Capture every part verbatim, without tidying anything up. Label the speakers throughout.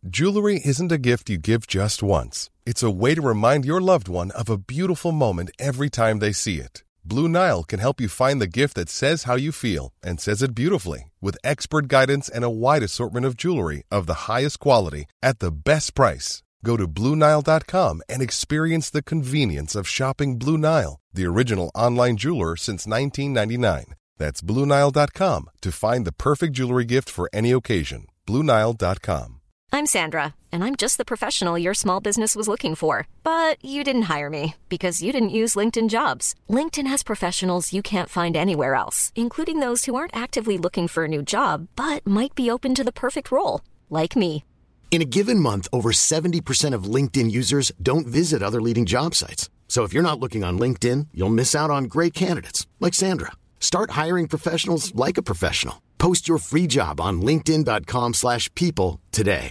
Speaker 1: Jewelry isn't a gift you give just once. It's a way to remind your loved one of a beautiful moment every time they see it. Blue Nile can help you find the gift that says how you feel and says it beautifully, with expert guidance and a wide assortment of jewelry of the highest quality at the best price. Go to Blue Nile dot com and experience the convenience of shopping Blue Nile, the original online jeweler since nineteen ninety-nine. That's Blue Nile dot com to find the perfect jewelry gift for any occasion. Blue Nile dot com.
Speaker 2: I'm Sandra, and I'm just the professional your small business was looking for. But you didn't hire me because you didn't use LinkedIn Jobs. LinkedIn has professionals you can't find anywhere else, including those who aren't actively looking for a new job, but might be open to the perfect role, like me.
Speaker 3: In a given month, over seventy percent of LinkedIn users don't visit other leading job sites. So if you're not looking on LinkedIn, you'll miss out on great candidates like Sandra. Start hiring professionals like a professional. Post your free job on linkedin dot com slash people today.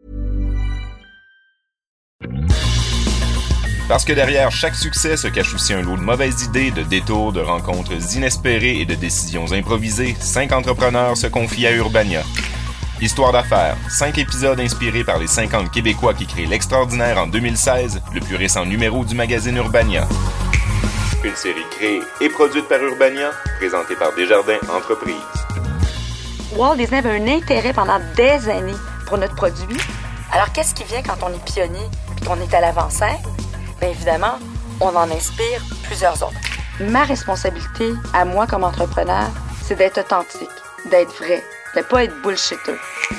Speaker 4: Parce que derrière chaque succès se cache aussi un lot de mauvaises idées, de détours, de rencontres inespérées et de décisions improvisées, cinq entrepreneurs se confient à Urbania. Histoire d'affaires, cinq épisodes inspirés par les cinquante Québécois qui créent l'extraordinaire en deux mille seize, le plus récent numéro du magazine Urbania. Une série créée et produite par Urbania, présentée par Desjardins Entreprises.
Speaker 5: Walt Disney avait un intérêt pendant des années pour notre produit. Alors, qu'est-ce qui vient quand on est pionnier et qu'on est à l'avant-scène? Bien évidemment, on en inspire plusieurs autres. Ma responsabilité, à moi comme entrepreneur, c'est d'être authentique, d'être vrai, de ne pas être bullshitter.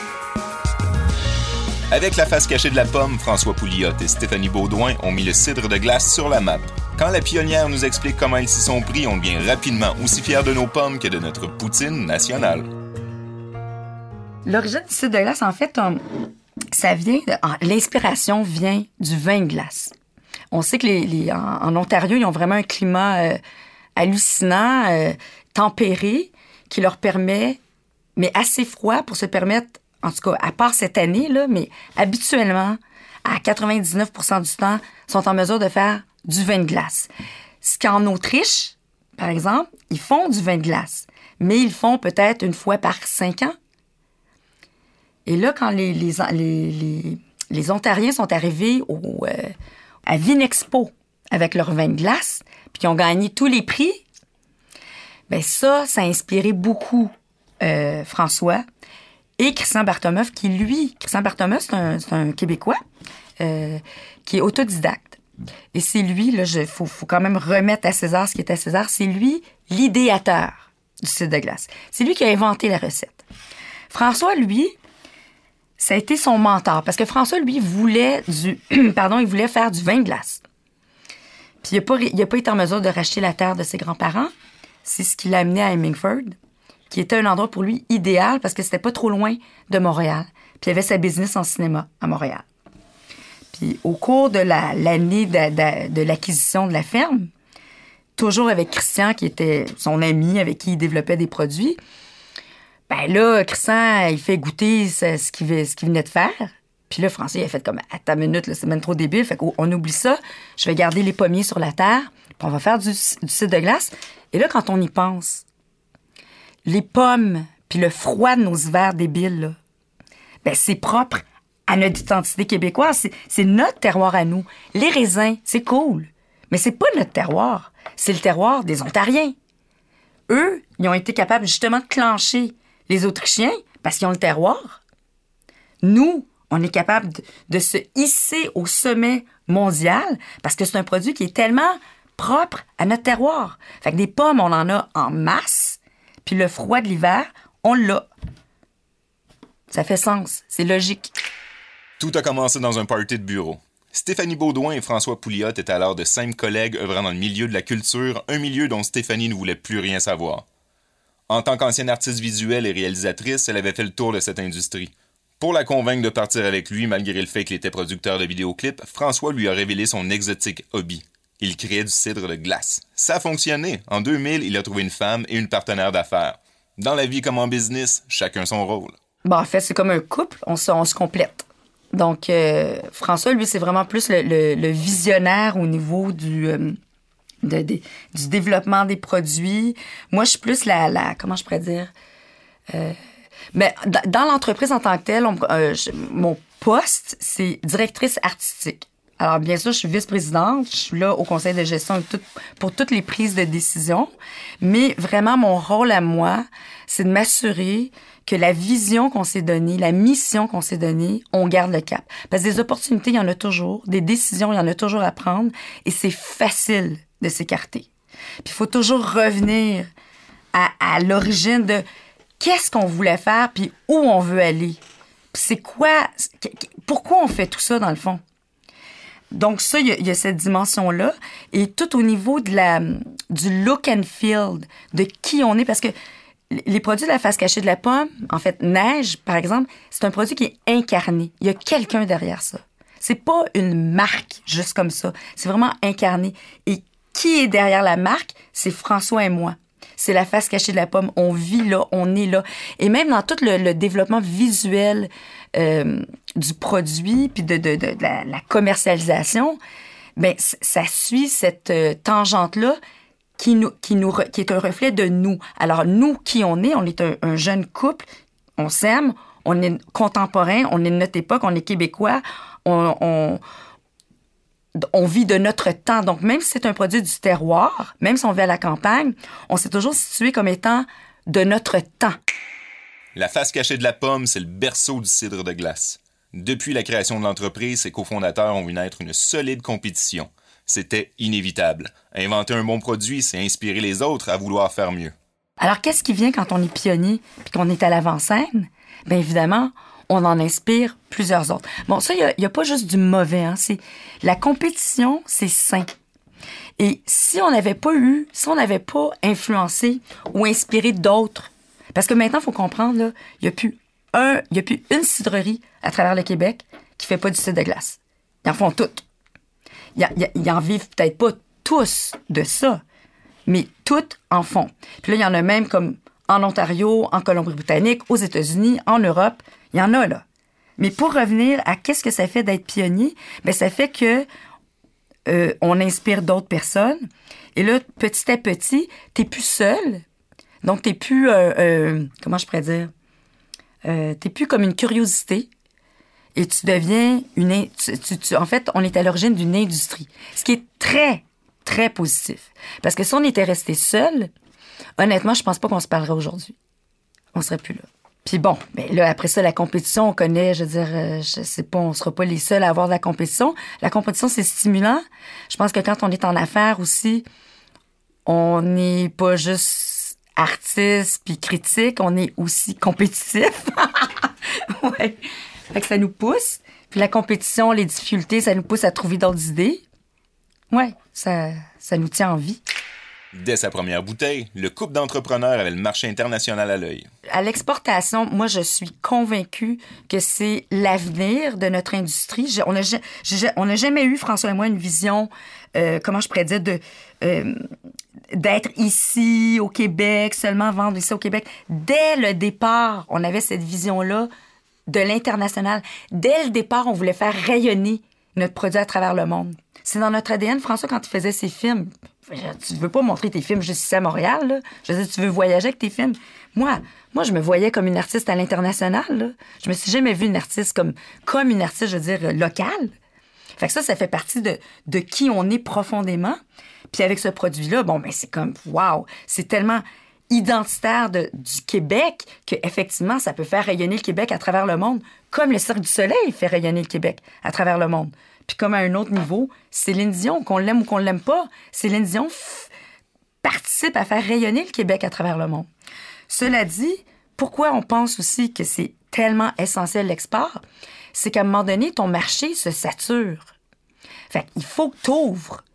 Speaker 4: Avec la face cachée de la pomme, François Pouliot et Stéphanie Beaudoin ont mis le cidre de glace sur la map. Quand la pionnière nous explique comment ils s'y sont pris, on devient rapidement aussi fiers de nos pommes que de notre poutine nationale.
Speaker 5: L'origine du cidre de glace, en fait, on, ça vient de, l'inspiration vient du vin de glace. On sait que les, les, en, en Ontario, ils ont vraiment un climat euh, hallucinant, euh, tempéré, qui leur permet, mais assez froid pour se permettre, en tout cas, à part cette année, là, mais habituellement, à quatre-vingt-dix-neuf pour cent du temps, sont en mesure de faire du vin de glace. Ce qu'en Autriche, par exemple, ils font du vin de glace, mais ils le font peut-être une fois par cinq ans. Et là, quand les, les, les, les, les Ontariens sont arrivés au, euh, à Vinexpo avec leur vin de glace, puis qu'ils ont gagné tous les prix, bien ça, ça a inspiré beaucoup euh, François et Christian Bartomeuf, qui lui, Christian Bartomeuf, c'est un, c'est un Québécois euh, qui est autodidacte. Et c'est lui, là, il faut, faut quand même remettre à César ce qui est à César, c'est lui l'idéateur du cidre de glace. C'est lui qui a inventé la recette. François, lui, ça a été son mentor, parce que François, lui, voulait du, pardon, il voulait faire du vin de glace. Puis il n'a pas, il a pas été en mesure de racheter la terre de ses grands-parents. C'est ce qui l'a amené à Hemingford, qui était un endroit pour lui idéal, parce que c'était pas trop loin de Montréal. Puis il avait sa business en cinéma à Montréal. Puis au cours de la, l'année de, de, de l'acquisition de la ferme, toujours avec Christian, qui était son ami, avec qui il développait des produits, ben là, Christian, il fait goûter ce, ce, qu'il, ce qu'il venait de faire. Puis là, François, il a fait comme, à ta minute, là, c'est même trop débile. Fait qu'on oublie ça. Je vais garder les pommiers sur la terre. Puis on va faire du, du cidre de glace. Et là, quand on y pense, les pommes, puis le froid de nos hivers débiles, là, ben c'est propre à notre identité québécoise. C'est, c'est notre terroir à nous. Les raisins, c'est cool. Mais c'est pas notre terroir. C'est le terroir des Ontariens. Eux, ils ont été capables justement de clencher les Autrichiens parce qu'ils ont le terroir. Nous, on est capable de, de se hisser au sommet mondial parce que c'est un produit qui est tellement propre à notre terroir. Fait que des pommes, on en a en masse, puis le froid de l'hiver, on l'a. Ça fait sens, c'est logique.
Speaker 4: Tout a commencé dans un party de bureau. Stéphanie Beaudoin et François Pouliot étaient alors de simples collègues œuvrant dans le milieu de la culture, un milieu dont Stéphanie ne voulait plus rien savoir. En tant qu'ancienne artiste visuelle et réalisatrice, elle avait fait le tour de cette industrie. Pour la convaincre de partir avec lui, malgré le fait qu'il était producteur de vidéoclips, François lui a révélé son exotique hobby. Il créait du cidre de glace. Ça a fonctionné. En deux mille, il a trouvé une femme et une partenaire d'affaires. Dans la vie comme en business, chacun son rôle.
Speaker 5: Bon, en fait, c'est comme un couple, on se, on se complète. Donc, euh, François, lui, c'est vraiment plus le, le, le visionnaire au niveau du, euh, de, de, du développement des produits. Moi, je suis plus la... la comment je pourrais dire? Euh, mais dans, dans l'entreprise en tant que telle, on, euh, je, mon poste, c'est directrice artistique. Alors, bien sûr, je suis vice-présidente, je suis là au conseil de gestion tout, pour toutes les prises de décision, mais vraiment, mon rôle à moi, c'est de m'assurer que la vision qu'on s'est donnée, la mission qu'on s'est donnée, on garde le cap. Parce que des opportunités, il y en a toujours, des décisions, il y en a toujours à prendre, et c'est facile de s'écarter. Puis il faut toujours revenir à, à l'origine de qu'est-ce qu'on voulait faire, puis où on veut aller. Puis c'est quoi, pourquoi on fait tout ça, dans le fond? Donc ça, il y, y a cette dimension-là. Et tout au niveau de la, du look and feel, de qui on est. Parce que les produits de la face cachée de la pomme, en fait, Neige, par exemple, c'est un produit qui est incarné. Il y a quelqu'un derrière ça. C'est pas une marque juste comme ça. C'est vraiment incarné. Et qui est derrière la marque? C'est François et moi. C'est la face cachée de la pomme. On vit là, on est là. Et même dans tout le, le développement visuel euh, du produit puis de, de, de, de la, la commercialisation, ben ça suit cette euh, tangente-là qui, nous, qui, nous, qui est un reflet de nous. Alors, nous, qui on est? On est un, un jeune couple, on s'aime, on est contemporain, on est de notre époque, on est québécois, on... on on vit de notre temps. Donc, même si c'est un produit du terroir, même si on vit à la campagne, on s'est toujours situé comme étant de notre temps.
Speaker 4: La face cachée de la pomme, c'est le berceau du cidre de glace. Depuis la création de l'entreprise, ses cofondateurs ont vu naître une solide compétition. C'était inévitable. Inventer un bon produit, c'est inspirer les autres à vouloir faire mieux.
Speaker 5: Alors, qu'est-ce qui vient quand on est pionnier puis qu'on est à l'avant-scène? Bien évidemment, on en inspire plusieurs autres. Bon, ça, il n'y a, a pas juste du mauvais. Hein. C'est, la compétition, c'est sain. Et si on n'avait pas eu, si on n'avait pas influencé ou inspiré d'autres, parce que maintenant, il faut comprendre, là, il n'y a plus un, il y a plus une cidrerie à travers le Québec qui fait pas du cidre de glace. Ils en font toutes. Ils, ils, ils en vivent peut-être pas tous de ça, mais toutes en font. Puis là, il y en a même comme en Ontario, en Colombie-Britannique, aux États-Unis, en Europe. Il y en a, là. Mais pour revenir à qu'est-ce que ça fait d'être pionnier, bien, ça fait que euh, on inspire d'autres personnes. Et là, petit à petit, t'es plus seul. Donc, t'es plus... Euh, euh, comment je pourrais dire? Euh, t'es plus comme une curiosité. Et tu deviens une... Tu, tu, tu, en fait, on est à l'origine d'une industrie. Ce qui est très, très positif. Parce que si on était resté seul, honnêtement, je pense pas qu'on se parlerait aujourd'hui. On serait plus là. Puis bon, ben là, après ça, la compétition, on connaît, je veux dire, euh, je sais pas, on sera pas les seuls à avoir de la compétition. La compétition, c'est stimulant. Je pense que quand on est en affaires aussi, on n'est pas juste artiste puis critique, on est aussi compétitif. Ouais. Fait que ça nous pousse. Puis la compétition, les difficultés, ça nous pousse à trouver d'autres idées. Ouais, ça, ça nous tient en vie.
Speaker 4: Dès sa première bouteille, le couple d'entrepreneurs avait le marché international à l'œil.
Speaker 5: À l'exportation, moi, je suis convaincue que c'est l'avenir de notre industrie. On n'a on a jamais eu, François et moi, une vision, euh, comment je pourrais dire, de, euh, d'être ici, au Québec, seulement vendre ici au Québec. Dès le départ, on avait cette vision-là de l'international. Dès le départ, on voulait faire rayonner notre produit à travers le monde. C'est dans notre A D N. François, quand il faisait ses films, tu veux pas montrer tes films juste ici à Montréal, là. Je veux dire, tu veux voyager avec tes films. Moi, moi, je me voyais comme une artiste à l'international, là. Je me suis jamais vue une artiste comme, comme une artiste, je veux dire, locale. Fait que ça, ça fait partie de, de qui on est profondément. Puis avec ce produit-là, bon, ben c'est comme, wow, c'est tellement identitaire de, du Québec qu'effectivement, ça peut faire rayonner le Québec à travers le monde, comme le Cirque du Soleil fait rayonner le Québec à travers le monde. Puis comme à un autre niveau, Céline Dion, qu'on l'aime ou qu'on l'aime pas, Céline Dion f- participe à faire rayonner le Québec à travers le monde. Cela dit, pourquoi on pense aussi que c'est tellement essentiel l'export? C'est qu'à un moment donné, ton marché se sature. Fait qu'il faut que tu ouvres.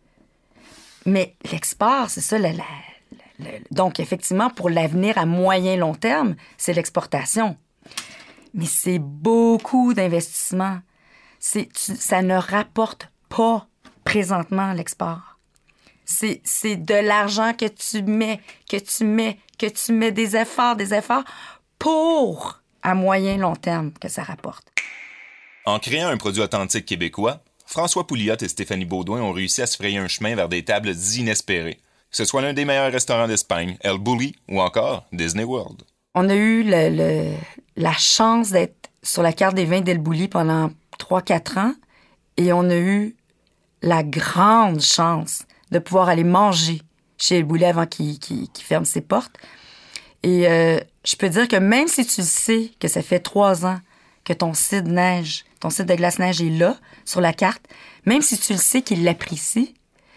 Speaker 5: Mais l'export, c'est ça, la, la, la, la, donc effectivement, pour l'avenir à moyen long terme, c'est l'exportation. Mais c'est beaucoup d'investissements. C'est, tu, ça ne rapporte pas présentement l'export. C'est, c'est de l'argent que tu mets, que tu mets, que tu mets des efforts, des efforts pour, à moyen long terme, que ça rapporte.
Speaker 4: En créant un produit authentique québécois, François Pouliot et Stéphanie Beaudoin ont réussi à se frayer un chemin vers des tables inespérées, que ce soit l'un des meilleurs restaurants d'Espagne, El Bulli, ou encore Disney World.
Speaker 5: On a eu le, le, la chance d'être sur la carte des vins d'El Bulli pendant trois quatre ans et on a eu la grande chance de pouvoir aller manger chez El Bulli avant qu'il, qu'il, qu'il ferme ses portes. Et euh, je peux dire que même si tu sais que ça fait trois ans que ton site neige, ton site de glace-neige est là, sur la carte, même si tu le sais qu'il l'apprécie,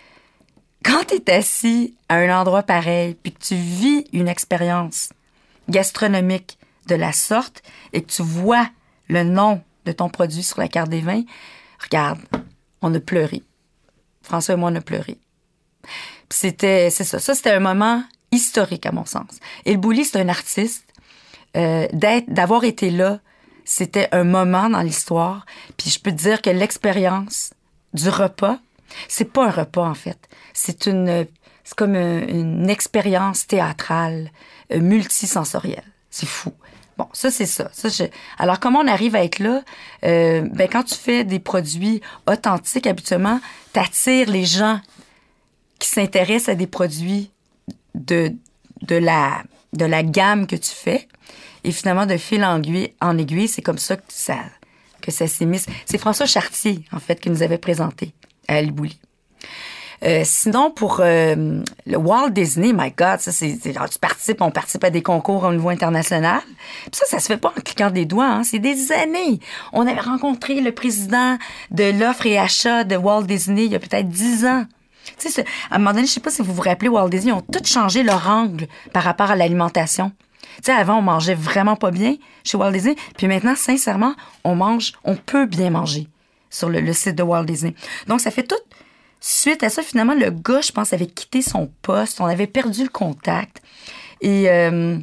Speaker 5: quand tu es assis à un endroit pareil puis que tu vis une expérience gastronomique de la sorte et que tu vois le nom de ton produit sur la carte des vins, regarde, on a pleuré. François et moi, on a pleuré. Puis c'était, c'est ça. Ça, c'était un moment historique, à mon sens. El Bulli, c'est un artiste. Euh, d'être, d'avoir été là, c'était un moment dans l'histoire. Puis je peux te dire que l'expérience du repas, c'est pas un repas, en fait. C'est une, c'est comme une, une expérience théâtrale, euh, multisensorielle. C'est fou. Bon, ça, c'est ça. ça je... Alors, comment on arrive à être là? Euh, ben, quand tu fais des produits authentiques, habituellement, t'attires les gens qui s'intéressent à des produits de, de, la, de la gamme que tu fais. Et finalement, de fil en aiguille, en aiguille c'est comme ça que ça, que ça s'est mis. C'est François Chartier, en fait, qui nous avait présenté à El Bulli. Euh, sinon, pour euh, le Walt Disney, my God, ça, c'est, c'est, tu participes, on participe à des concours au niveau international. Puis ça, ça se fait pas en cliquant des doigts, hein. C'est des années. On avait rencontré le président de l'offre et achat de Walt Disney il y a peut-être dix ans. Tu sais, à un moment donné, je sais pas si vous vous rappelez, Walt Disney, ils ont tout changé leur angle par rapport à l'alimentation. Tu sais, avant, on mangeait vraiment pas bien chez Walt Disney. Puis maintenant, sincèrement, on mange, on peut bien manger sur le, le site de Walt Disney. Donc, ça fait tout. Suite à ça, finalement, le gars, je pense, avait quitté son poste. On avait perdu le contact. Et euh,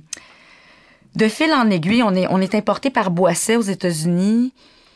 Speaker 5: de fil en aiguille, on est, on est importé par Boisset aux États-Unis.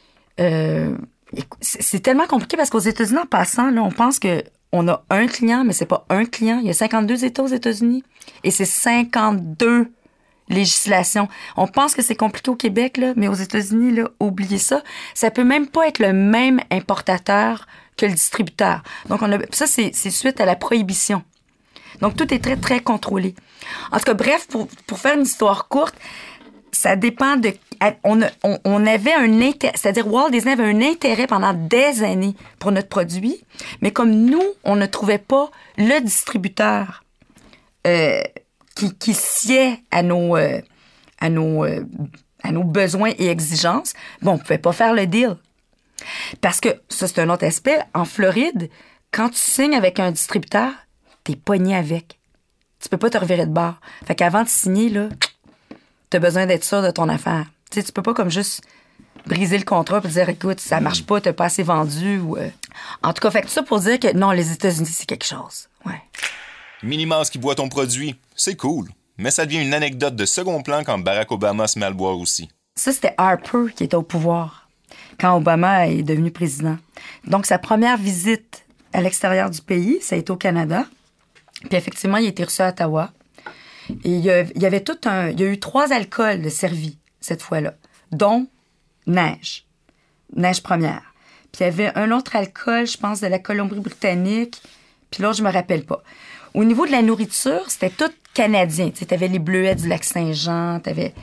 Speaker 5: Euh, c'est, c'est tellement compliqué parce qu'aux États-Unis, en passant, là, on pense qu'on a un client, mais c'est pas un client. Il y a cinquante-deux États aux États-Unis et c'est cinquante-deux législations. On pense que c'est compliqué au Québec, là, mais aux États-Unis, là, oubliez ça. Ça peut même pas être le même importateur que le distributeur. Donc, on a, ça, c'est, c'est suite à la prohibition. Donc, tout est très, très contrôlé. En tout cas, bref, pour, pour faire une histoire courte, ça dépend de... On, a, on, on avait un intérêt, c'est-à-dire Walt Disney avait un intérêt pendant des années pour notre produit, mais comme nous, on ne trouvait pas le distributeur euh, qui, qui sied à nos, euh, à, nos, euh, à nos besoins et exigences, bon, on ne pouvait pas faire le deal. Parce que, ça, c'est un autre aspect. En Floride, quand tu signes avec un distributeur, t'es pogné avec. Tu peux pas te revirer de bord. Fait qu'avant de signer, là, t'as besoin d'être sûr de ton affaire. Tu sais, tu peux pas comme juste briser le contrat et dire, écoute, ça marche pas, t'as pas assez vendu. Ou, euh... En tout cas, fait que tout ça pour dire que non, les États-Unis, c'est quelque chose. Ouais.
Speaker 4: Minimas qui boit ton produit, c'est cool. Mais ça devient une anecdote de second plan quand Barack Obama se met à le boire aussi.
Speaker 5: Ça, c'était Harper qui était au pouvoir quand Obama est devenu président. Donc, sa première visite à l'extérieur du pays, ça a été au Canada. Puis effectivement, il a été reçu à Ottawa. Et il y, a, il y avait tout un... Il y a eu trois alcools de servis, cette fois-là, dont neige. Neige première. Puis il y avait un autre alcool, je pense, de la Colombie-Britannique. Puis l'autre, je me rappelle pas. Au niveau de la nourriture, c'était tout canadien. Tu sais, t'avais les bleuets du lac Saint-Jean, t'avais...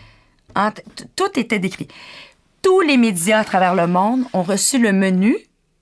Speaker 5: Tout était décrit. Tous les médias à travers le monde ont reçu le menu,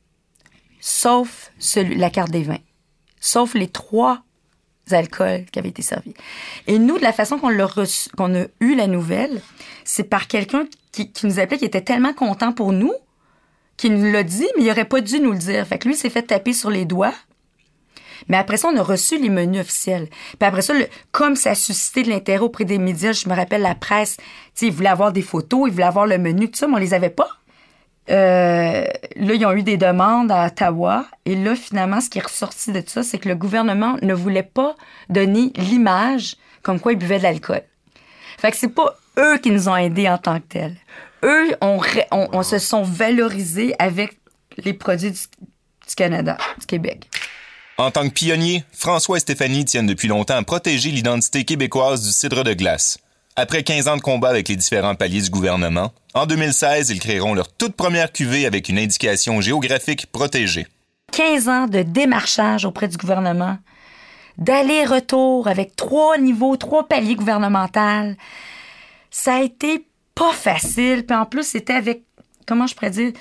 Speaker 5: sauf celui, la carte des vins, sauf les trois alcools qui avaient été servis. Et nous, de la façon qu'on, l'a reçu, qu'on a eu la nouvelle, c'est par quelqu'un qui, qui nous appelait, qui était tellement content pour nous, qui nous l'a dit, mais il n'aurait pas dû nous le dire. Fait que lui, il s'est fait taper sur les doigts. Mais après ça, on a reçu les menus officiels. Puis après ça, le, comme ça a suscité de l'intérêt auprès des médias, je me rappelle la presse, tu sais, ils voulaient avoir des photos, ils voulaient avoir le menu, tout ça, mais on les avait pas. Euh, là, ils ont eu des demandes à Ottawa. Et là, finalement, ce qui est ressorti de tout ça, c'est que le gouvernement ne voulait pas donner l'image comme quoi ils buvaient de l'alcool. Fait que c'est pas eux qui nous ont aidés en tant que tels. Eux, on, on, on se sont valorisés avec les produits du, du Canada, du Québec.
Speaker 4: En tant que pionniers, François et Stéphanie tiennent depuis longtemps à protéger l'identité québécoise du cidre de glace. Après quinze ans de combat avec les différents paliers du gouvernement, en deux mille seize, ils créeront leur toute première cuvée avec une indication géographique protégée.
Speaker 5: quinze ans de démarchage auprès du gouvernement, d'aller-retour avec trois niveaux, trois paliers gouvernementaux. Ça a été pas facile. Puis en plus, c'était avec, comment je pourrais dire,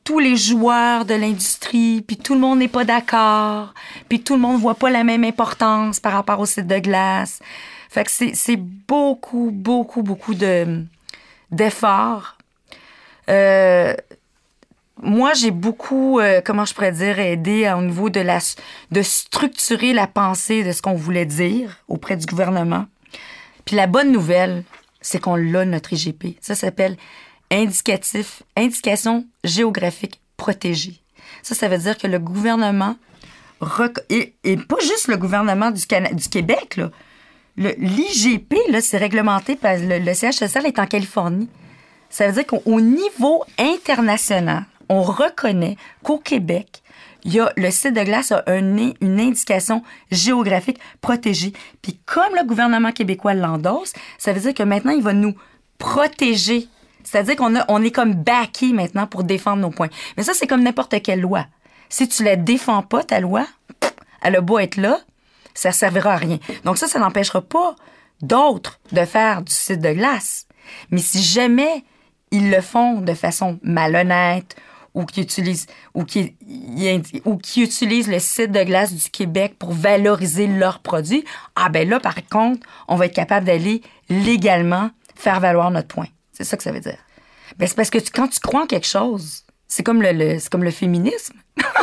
Speaker 5: tous les joueurs de l'industrie, puis tout le monde n'est pas d'accord, puis tout le monde voit pas la même importance par rapport au cidre de glace. Fait que c'est, c'est beaucoup, beaucoup, beaucoup de, d'efforts. Euh, moi, j'ai beaucoup, euh, comment je pourrais dire, aidé au niveau de, la, de structurer la pensée de ce qu'on voulait dire auprès du gouvernement. Puis la bonne nouvelle, c'est qu'on l'a, notre I G P. Ça s'appelle indicatif, indication géographique protégée. Ça, ça veut dire que le gouvernement, rec- et, et pas juste le gouvernement du, Cana- du Québec, là. Le, l'I G P, là, c'est réglementé par le, le C H S L est en Californie. Ça veut dire qu'au niveau international, on reconnaît qu'au Québec, il y a, le cidre de glace a un, une indication géographique protégée. Puis comme le gouvernement québécois l'endosse, ça veut dire que maintenant, il va nous protéger. C'est-à-dire qu'on a, on est comme backé maintenant pour défendre nos points. Mais ça, c'est comme n'importe quelle loi. Si tu la défends pas, ta loi, elle a beau être là, ça ne servira à rien. Donc ça, ça n'empêchera pas d'autres de faire du cidre de glace. Mais si jamais ils le font de façon malhonnête ou qui utilisent, ou qui, ou qui utilisent le cidre de glace du Québec pour valoriser leurs produits, ah ben là, par contre, on va être capable d'aller légalement faire valoir notre point. C'est ça que ça veut dire. Ben, c'est parce que tu, quand tu crois en quelque chose, c'est comme le, le, c'est comme le féminisme.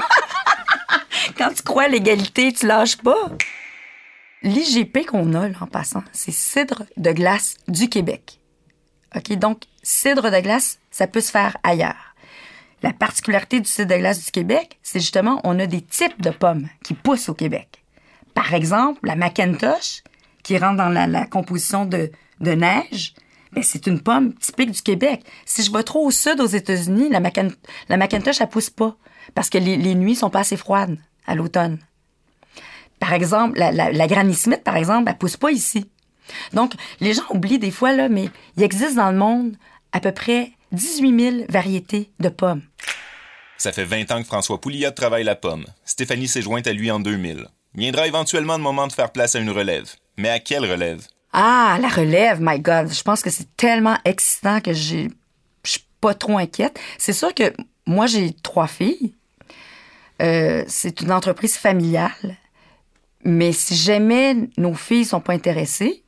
Speaker 5: Quand tu crois à l'égalité, tu lâches pas. L'I G P qu'on a, là, en passant, c'est cidre de glace du Québec. OK? Donc, cidre de glace, ça peut se faire ailleurs. La particularité du cidre de glace du Québec, c'est justement, on a des types de pommes qui poussent au Québec. Par exemple, la Macintosh, qui rentre dans la, la composition de, de neige, ben, c'est une pomme typique du Québec. Si je vais trop au sud, aux États-Unis, la, Macin- la Macintosh, elle pousse pas. Parce que les, les nuits sont pas assez froides à l'automne. Par exemple, la, la, la Granny Smith, par exemple, elle pousse pas ici. Donc, les gens oublient des fois, là, mais il existe dans le monde à peu près dix-huit mille variétés de pommes.
Speaker 4: Ça fait vingt ans que François Pouliot travaille la pomme. Stéphanie s'est jointe à lui en deux mille. Viendra éventuellement le moment de faire place à une relève. Mais à quelle relève?
Speaker 5: Ah, la relève, my God. Je pense que c'est tellement excitant que j'ai, je suis pas trop inquiète. C'est sûr que moi, j'ai trois filles. Euh, c'est une entreprise familiale. Mais si jamais nos filles sont pas intéressées,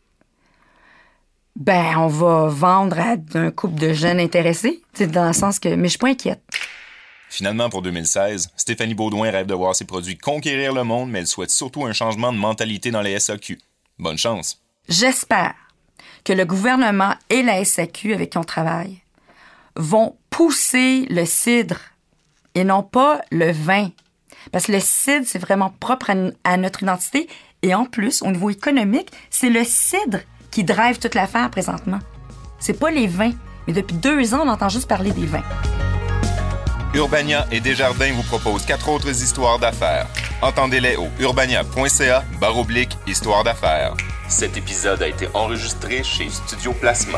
Speaker 5: ben, on va vendre à un couple de jeunes intéressés. C'est dans le sens que, mais je suis pas inquiète.
Speaker 4: Finalement, pour deux mille seize, Stéphanie Beaudoin rêve de voir ses produits conquérir le monde, mais elle souhaite surtout un changement de mentalité dans les S A Q. Bonne chance.
Speaker 5: J'espère que le gouvernement et la S A Q avec qui on travaille vont pousser le cidre et non pas le vin. Parce que le cidre, c'est vraiment propre à, à notre identité. Et en plus, au niveau économique, c'est le cidre qui drive toute l'affaire présentement. C'est pas les vins. Mais depuis deux ans, on entend juste parler des vins.
Speaker 4: Urbania et Desjardins vous proposent quatre autres histoires d'affaires. Entendez-les au urbania.ca barre oblique histoire d'affaires. Cet épisode a été enregistré chez Studio Plasma.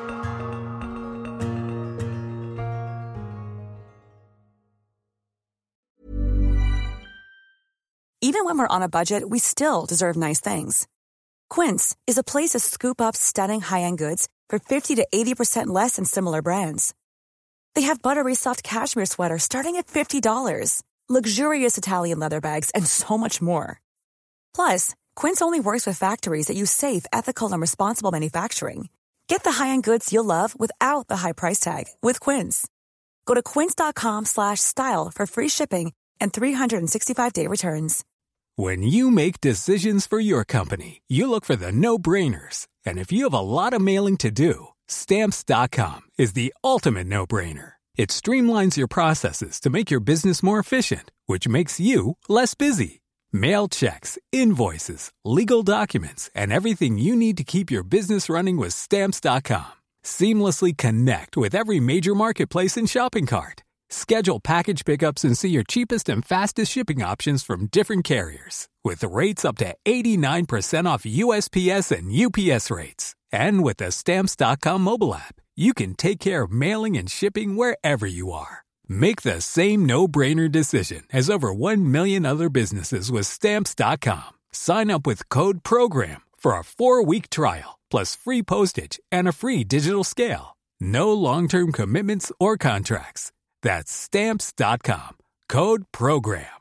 Speaker 6: Even when we're on a budget, we still deserve nice things. Quince is a place to scoop up stunning high-end goods for fifty to eighty percent less than similar brands. They have buttery soft cashmere sweaters starting at fifty dollars, luxurious Italian leather bags, and so much more. Plus, Quince only works with factories that use safe, ethical, and responsible manufacturing. Get the high-end goods you'll love without the high price tag with Quince. Go to quince.com slash style for free shipping and three sixty-five day returns.
Speaker 7: When you make decisions for your company, you look for the no-brainers. And if you have a lot of mailing to do, Stamps dot com is the ultimate no-brainer. It streamlines your processes to make your business more efficient, which makes you less busy. Mail checks, invoices, legal documents, and everything you need to keep your business running with Stamps dot com. Seamlessly connect with every major marketplace and shopping cart. Schedule package pickups and see your cheapest and fastest shipping options from different carriers. With rates up to eighty-nine percent off U S P S and U P S rates. And with the Stamps dot com mobile app, you can take care of mailing and shipping wherever you are. Make the same no-brainer decision as over one million other businesses with Stamps dot com. Sign up with code PROGRAM for a four-week trial, plus free postage and a free digital scale. No long-term commitments or contracts. That's stamps dot com. Code PROGRAM.